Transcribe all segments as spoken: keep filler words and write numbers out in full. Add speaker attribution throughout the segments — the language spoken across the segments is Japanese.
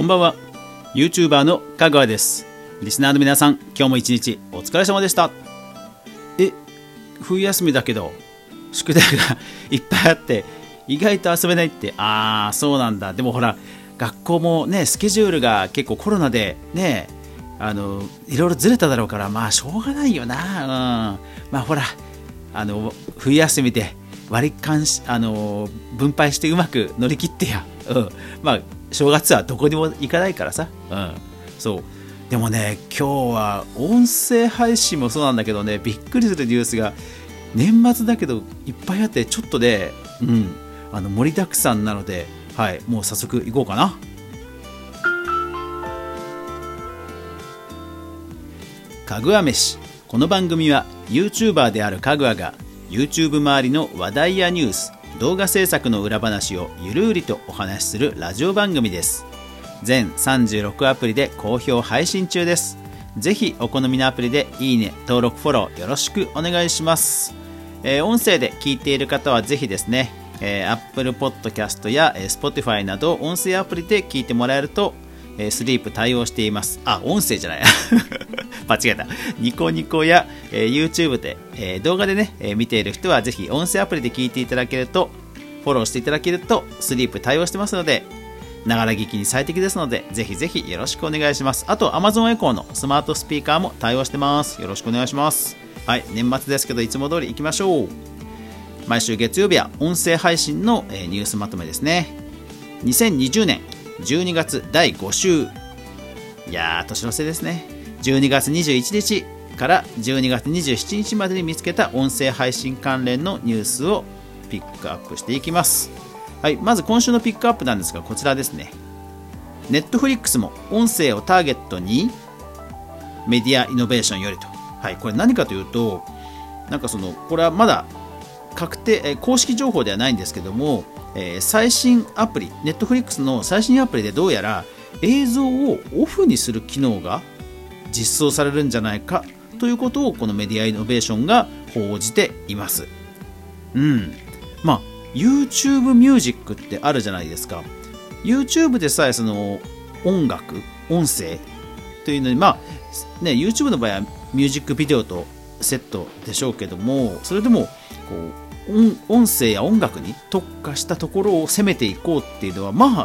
Speaker 1: こんばんは。 YouTuber のかぐわです。リスナーの皆さん、今日も一日お疲れ様でした。え、冬休みだけど宿題がいっぱいあって意外と遊べないって、ああそうなんだ。でもほら、学校もねスケジュールが結構コロナでね、あのいろいろずれただろうから、まあしょうがないよな。うん、まあほら、あの冬休みで割り勘し、あの分配してうまく乗り切ってや、うん、まあ正月はどこにも行かないからさ、うん、そうでもね、今日は音声配信もそうなんだけどね、びっくりするニュースが年末だけどいっぱいあって、ちょっとで、うん、あの盛りだくさんなので、はい、もう早速行こうかな。かぐわ飯。この番組は YouTuber であるかぐわが YouTube 周りの話題やニュース、動画制作の裏話をゆるうりとお話しするラジオ番組です。全さんじゅうろくアプリで好評配信中です。ぜひお好みのアプリでいいね、登録、フォローよろしくお願いします。えー、音声で聞いている方はぜひですね、えー、Apple Podcast や、えー、Spotify など音声アプリで聞いてもらえると、えー、スリープ対応しています。あ、音声じゃない間違えた。ニコニコや、えー、YouTube で、えー、動画でね、えー、見ている人はぜひ音声アプリで聞いていただけると、フォローしていただけるとスリープ対応してますので、ながら聞きに最適ですので、ぜひぜひよろしくお願いします。あと Amazon エコーのスマートスピーカーも対応してます。よろしくお願いします。はい、年末ですけどいつも通り行きましょう。毎週月曜日は音声配信の、えー、ニュースまとめですね。にせんにじゅうねんじゅうにがつだいご週、いやー年の瀬ですね。じゅうにがつにじゅういちにちからじゅうにがつにじゅうしちにちまでに見つけた音声配信関連のニュースをピックアップしていきます。はい、まず今週のピックアップなんですが、こちらですね。Netflix も音声をターゲットにメディアイノベーションよりと。はい、これ何かというと、なんかそのこれはまだ確定公式情報ではないんですけども、えー、最新アプリ Netflix の最新アプリでどうやら映像をオフにする機能が実装されるんじゃないかということをこのメディアイノベーションが報じています。うん、まあYouTube ミュージックってあるじゃないですか。 YouTube でさえその音楽、音声というのに、まあね、YouTube の場合はミュージックビデオとセットでしょうけども、それでもこう 音, 音声や音楽に特化したところを攻めていこうっていうのは、まあ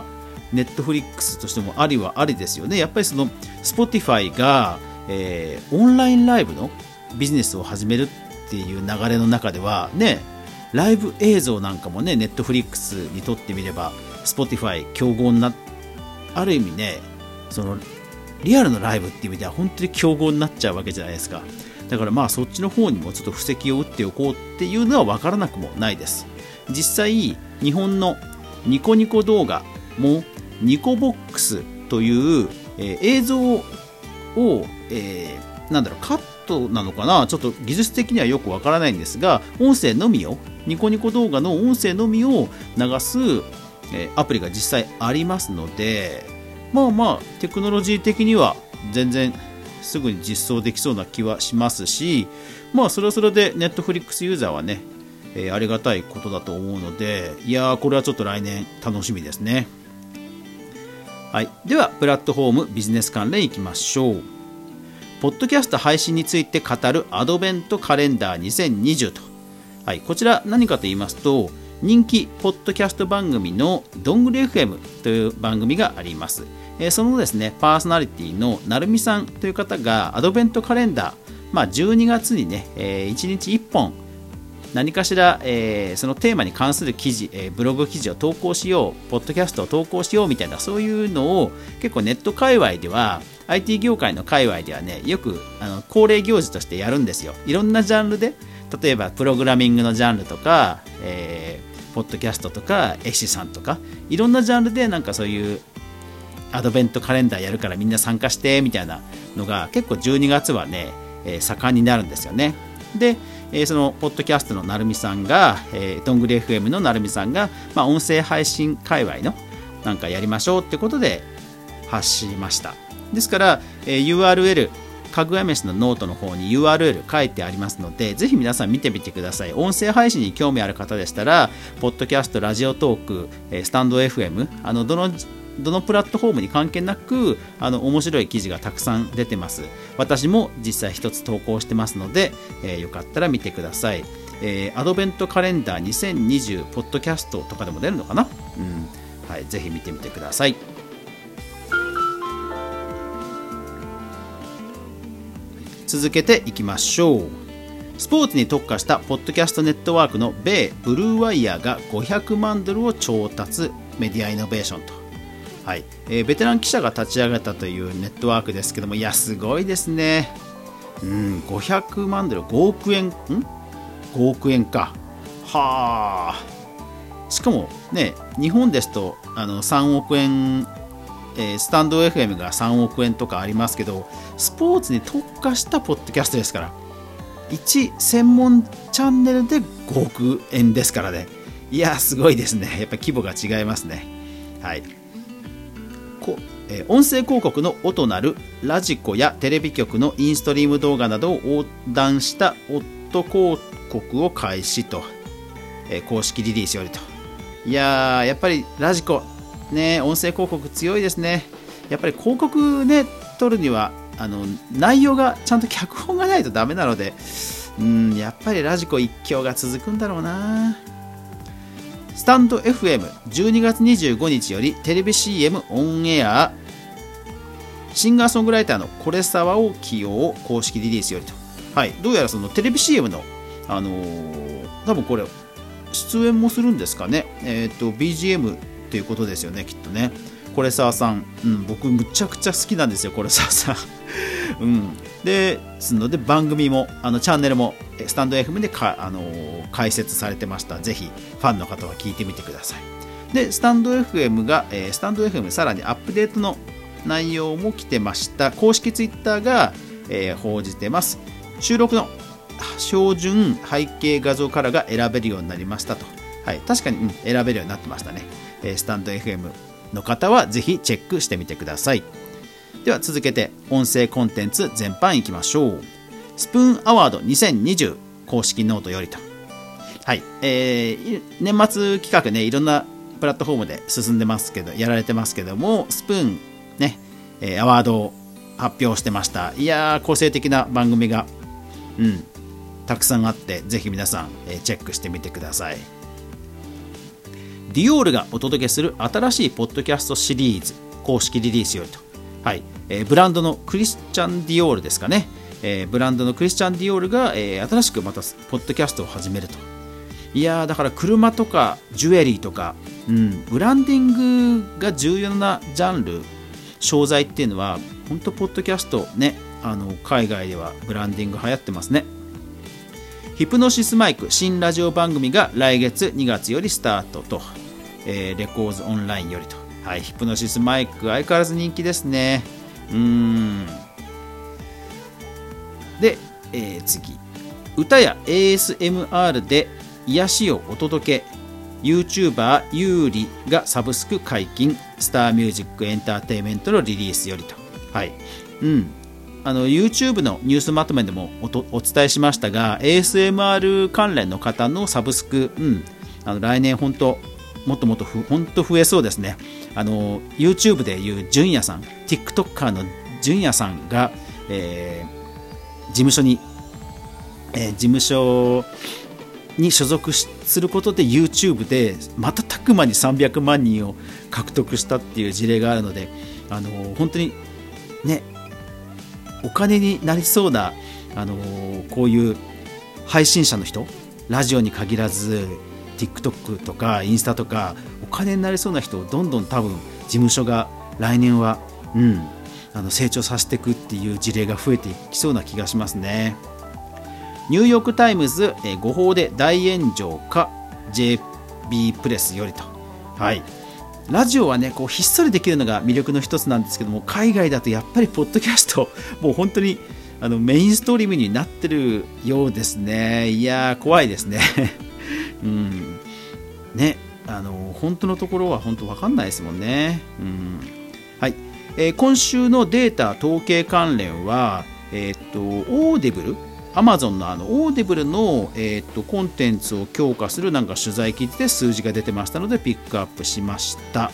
Speaker 1: Netflix としてもありはありですよね。やっぱりその Spotify が、えー、オンラインライブのビジネスを始めるっていう流れの中ではね、ライブ映像なんかもね、ネットフリックスにとってみれば Spotify 競合になっ、ある意味ね、そのリアルのライブっていう意味では本当に競合になっちゃうわけじゃないですか。だからまあそっちの方にもちょっと布石を打っておこうっていうのは分からなくもないです。実際日本のニコニコ動画もニコボックスという、えー、映像を、えー、なんだろう、カットなのかな、ちょっと技術的にはよくわからないんですが、音声のみを、ニコニコ動画の音声のみを流す、えー、アプリが実際ありますので、まあまあテクノロジー的には全然すぐに実装できそうな気はしますし、まあそれはそれで Netflix ユーザーはね、えー、ありがたいことだと思うので、いやーこれはちょっと来年楽しみですね。はい、ではプラットフォームビジネス関連いきましょう。ポッドキャスト配信について語るアドベントカレンダーにせんにじゅうと、はい、こちら何かと言いますと、人気ポッドキャスト番組のどんぐり エフエム という番組があります。えー、そのですねパーソナリティのなるみさんという方がアドベントカレンダー、まあ、じゅうにがつにね、えー、いちにちいっぽん何かしら、えー、そのテーマに関する記事、えー、ブログ記事を投稿しよう、ポッドキャストを投稿しようみたいな、そういうのを結構ネット界隈では アイティー 業界の界隈ではね、よくあの恒例行事としてやるんですよ。いろんなジャンルで、例えばプログラミングのジャンルとか、えー、ポッドキャストとか絵師さんとか、いろんなジャンルでなんかそういうアドベントカレンダーやるからみんな参加してみたいなのが結構じゅうにがつはね、えー、盛んになるんですよね。で、えー、そのポッドキャストのなるみさんが、えー、どんぐり エフエム のなるみさんが、まあ、音声配信界隈のなんかやりましょうってことで発しました。ですから、えー、ユーアールエル、かぐわ飯のノートの方に ユーアールエル 書いてありますので、ぜひ皆さん見てみてください。音声配信に興味ある方でしたら、ポッドキャスト、ラジオトーク、スタンド エフエム、あのどのどのプラットフォームに関係なくあの面白い記事がたくさん出てます。私も実際一つ投稿してますので、えー、よかったら見てください。えー、アドベントカレンダーにせんにじゅうポッドキャストとかでも出るのかな、うんはい、ぜひ見てみてください。続けていきましょう。スポーツに特化したポッドキャストネットワークの米ブルーワイヤーがごひゃくまんドルを調達、メディアイノベーションと、はいえー、ベテラン記者が立ち上げたというネットワークですけども、いやすごいですね。うんごひゃくまんドル、ごおくえんんごおくえんか。はあ。しかもね、日本ですとあのさんおくえん、えー、スタンド エフエム がさんおくえんとかありますけど、スポーツに特化したポッドキャストですから、いち専門チャンネルでごおくえんですからね。いやすごいですね。やっぱり規模が違いますね。はいこ、えー、音声広告の音なるラジコやテレビ局のインストリーム動画などを横断した音広告を開始と、えー、公式リリースよりと。いやーやっぱりラジコね、音声広告強いですね。やっぱり広告ね撮るにはあの内容がちゃんと脚本がないとダメなので、うんやっぱりラジコ一強が続くんだろうな。スタンド エフエムじゅうにがつにじゅうごにちよりテレビ シーエム オンエア、シンガーソングライターのこれさわを起用、公式リリースよりと。はい、どうやらそのテレビ シーエム の、あのー、多分これ出演もするんですかね。えっと ビージーエム っていうことですよね、きっとね。これさわさん、うん、僕むちゃくちゃ好きなんですよ、これさわさん。うん、ですので番組もあのチャンネルもスタンド エフエム でか、あのー、開設されてました。ぜひファンの方は聞いてみてください。でスタンド エフエム が、えー、スタンド エフエム さらにアップデートの内容も来てました。公式ツイッターが、えー、報じてます。収録の標準背景画像カラーが選べるようになりましたと。はい、確かに、うん、選べるようになってましたね。えー、スタンド エフエム の方はぜひチェックしてみてください。では続けて音声コンテンツ全般いきましょう。スプーンアワードにせんにじゅう公式ノートよりと。はい、えー、年末企画ね、いろんなプラットフォームで進んでますけど、やられてますけども、スプーンね、えー、アワードを発表してました。いやー個性的な番組が、うん、たくさんあって、ぜひ皆さん、えー、チェックしてみてください。ディオールがお届けする新しいポッドキャストシリーズ公式リリースよりと。はいえー、ブランドのクリスチャン・ディオールですかね、えー、ブランドのクリスチャン・ディオールが、えー、新しくまたポッドキャストを始めると。いやーだから車とかジュエリーとか、うん、ブランディングが重要なジャンル商材っていうのは本当ポッドキャストね、あの海外ではブランディング流行ってますね。ヒプノシスマイク新ラジオ番組が来月にがつよりスタートと、えー、レコーズオンラインよりと。はい、ヒプノシスマイク相変わらず人気ですね。うーんで、えー、次歌や エーエスエムアール で癒しをお届け YouTuber ユーリがサブスク解禁、スターミュージックエンターテインメントのリリースよりと。はい、うん、あの YouTube のニュースまとめでも お, とお伝えしましたが エーエスエムアール 関連の方のサブスク、うん、あの来年本当もっともっと本当増えそうですね。あの YouTube でいう純也さん、 TikToker の純也さんが、えー、事務所に、えー、事務所に所属することで YouTube で瞬く間にさんびゃくまんにんを獲得したっていう事例があるので、あの本当にねお金になりそうな、あのこういう配信者の人、ラジオに限らずTikTok とかインスタとかお金になりそうな人をどんどん多分事務所が来年は、うん、あの成長させていくっていう事例が増えていきそうな気がしますね。ニューヨークタイムズ、えー、誤報で大炎上か ジェービー プレスよりと。はい、ラジオはねこうひっそりできるのが魅力の一つなんですけども、海外だとやっぱりポッドキャストもう本当にあのメインストリームになってるようですね。いやー怖いですねうんね、あの本当のところは本当分かんないですもんね。うんはい、えー、今週のデータ統計関連は、えー、っとオーディブル、アマゾンのあのオーディブルの、えー、っとコンテンツを強化するなんか取材記事で数字が出てましたのでピックアップしました。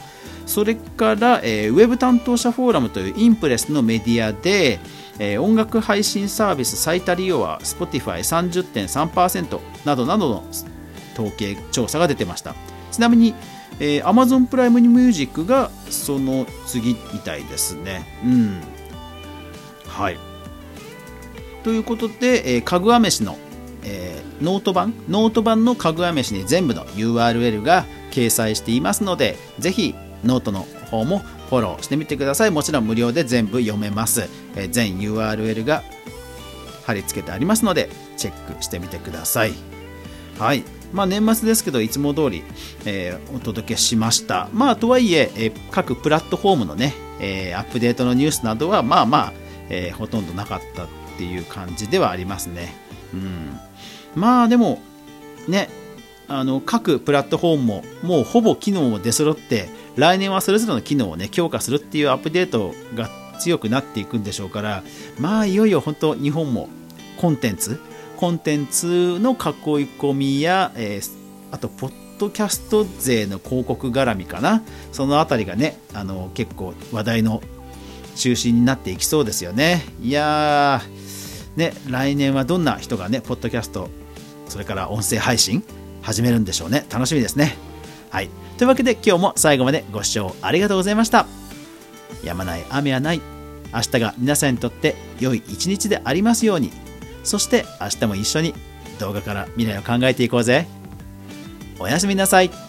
Speaker 1: それから、えー、ウェブ担当者フォーラムというインプレスのメディアで、えー、音楽配信サービス最多利用は スポティファイさんじゅってんさんパーセント などなどの統計調査が出てました。ちなみに、えー、Amazon プライムミュージックがその次みたいですね。うん。はい。ということで、えー、かぐわ飯の、えー、ノート版ノート版のかぐわ飯に全部の ユーアールエル が掲載していますので、ぜひノートの方もフォローしてみてください。もちろん無料で全部読めます。えー、全 ユーアールエル が貼り付けてありますのでチェックしてみてください。はい。まあ、年末ですけどいつも通り、えー、お届けしました。まあとはいええー、各プラットフォームのね、えー、アップデートのニュースなどはまあまあ、えー、ほとんどなかったっていう感じではありますね。うん、まあでもね、あの各プラットフォームももうほぼ機能も出揃って、来年はそれぞれの機能をね強化するっていうアップデートが強くなっていくんでしょうから、まあいよいよ本当日本もコンテンツコンテンツの囲い込みや、えー、あとポッドキャスト勢の広告絡みかな、そのあたりがね、あの結構話題の中心になっていきそうですよね。いやーね、来年はどんな人がねポッドキャスト、それから音声配信始めるんでしょうね。楽しみですね。はい、というわけで今日も最後までご視聴ありがとうございました。やまない雨はない。明日が皆さんにとって良い一日でありますように。そして明日も一緒に動画から未来を考えていこうぜ。おやすみなさい。